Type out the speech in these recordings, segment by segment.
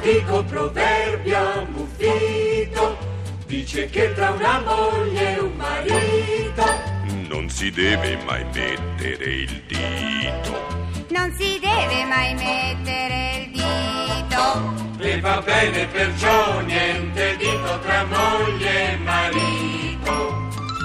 L'antico proverbio ammuffito dice che tra una moglie e un marito non si deve mai mettere il dito. Non si deve mai mettere il dito. E va bene perciò niente dito tra moglie e marito.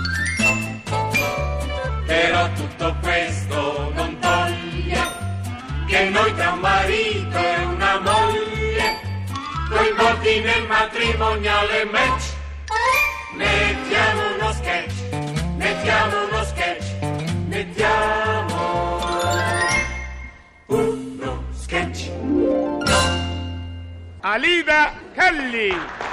Però tutto questo non toglie che noi tra un marito e una moglie, coinvolti nel matrimoniale match, mettiamo uno sketch. Alida Kelly.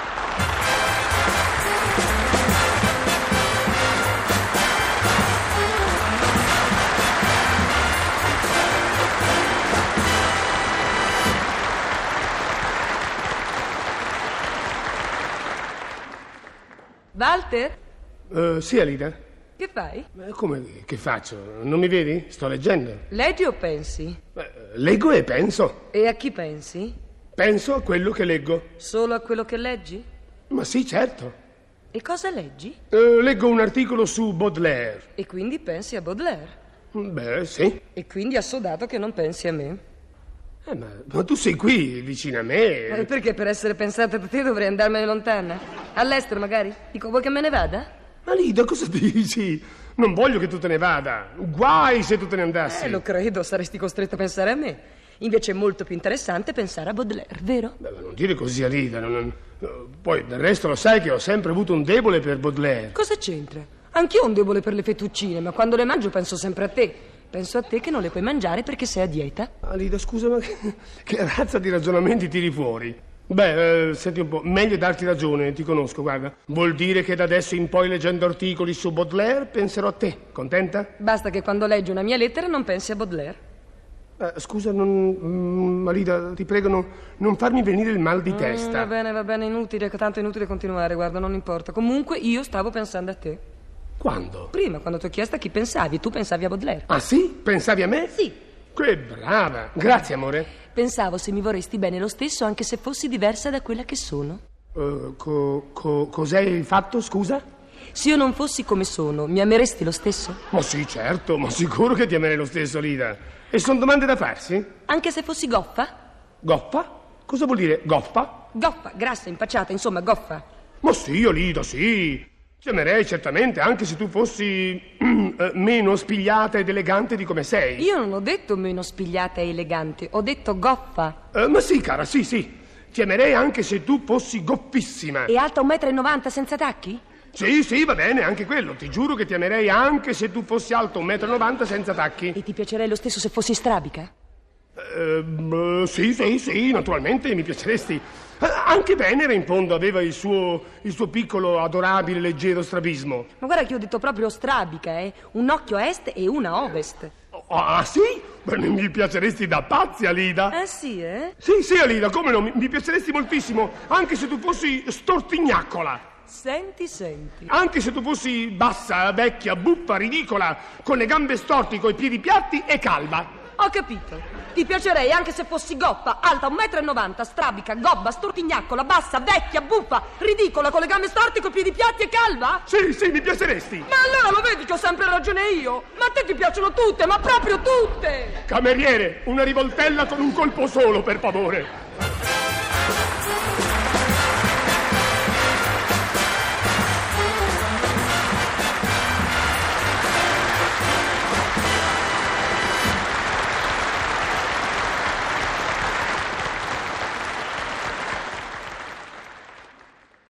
Walter? Sì, Alida. Che fai? Come che faccio? Non mi vedi? Sto leggendo. Leggi o pensi? Leggo e penso. E a chi pensi? Penso a quello che leggo. Solo a quello che leggi? Ma sì, certo. E cosa leggi? Leggo un articolo su Baudelaire. E quindi pensi a Baudelaire? Beh, sì. E quindi assodato che non pensi a me? Ma tu sei qui, vicino a me. Perché per essere pensata da te dovrei andarmene lontana? All'estero magari? Dico, vuoi che me ne vada? Ma Lida, cosa dici? Non voglio che tu te ne vada. Guai se tu te ne andassi. Lo credo, saresti costretto a pensare a me. Invece è molto più interessante pensare a Baudelaire, vero? Beh, non dire così, Alida. Poi del resto lo sai che ho sempre avuto un debole per Baudelaire. Cosa c'entra? Anch'io ho un debole per le fettuccine, ma quando le mangio penso sempre a te. Penso a te che non le puoi mangiare perché sei a dieta. Alida, scusa, ma che razza di ragionamenti tiri fuori? Beh, senti un po', meglio darti ragione, ti conosco, guarda. Vuol dire che da adesso in poi, leggendo articoli su Baudelaire, penserò a te. Contenta? Basta che quando leggi una mia lettera non pensi a Baudelaire. Scusa, Alida, ti prego, non farmi venire il mal di testa. Va bene, inutile, tanto è inutile continuare, guarda, non importa. Comunque io stavo pensando a te. Quando? Prima, quando ti ho chiesto a chi pensavi, tu pensavi a Baudelaire. Ah sì? Pensavi a me? Sì. Che brava, grazie amore. Pensavo se mi vorresti bene lo stesso anche se fossi diversa da quella che sono. Cos'hai fatto, scusa? Se io non fossi come sono, mi ameresti lo stesso? Ma sì, certo, ma sicuro che ti amerei lo stesso, Lida. E sono domande da farsi? Anche se fossi goffa? Goffa? Cosa vuol dire goffa? Goffa, grassa, impacciata, insomma, goffa. Ma sì, Lida, sì. Ti amerei certamente, anche se tu fossi meno spigliata ed elegante di come sei. Io non ho detto meno spigliata e elegante, ho detto goffa. Ma sì, cara, sì. Ti amerei anche se tu fossi goffissima. E alta 1,90 m senza tacchi? Sì, va bene, anche quello. Ti giuro che ti amerei anche se tu fossi alto 1,90 m senza tacchi. E ti piacerei lo stesso se fossi strabica? Sì, naturalmente mi piaceresti. Anche Venere, in fondo, aveva il suo piccolo, adorabile, leggero strabismo. Ma guarda che io ho detto proprio strabica, un occhio a est e una a ovest. Ah, sì? Beh, mi piaceresti da pazzi, Alida. Ah, sì, Sì, Alida, come no, mi piaceresti moltissimo, anche se tu fossi stortignaccola. Senti. Anche se tu fossi bassa, vecchia, buffa, ridicola, con le gambe storte, coi piedi piatti e calva. Ho capito. Ti piacerei anche se fossi goffa, alta 1,90 m, strabica, gobba, stortignaccola, bassa, vecchia, buffa, ridicola, con le gambe storte, coi piedi piatti e calva? Sì, mi piaceresti. Ma allora lo vedi che ho sempre ragione io? Ma a te ti piacciono tutte, ma proprio tutte! Cameriere, una rivoltella con un colpo solo, per favore.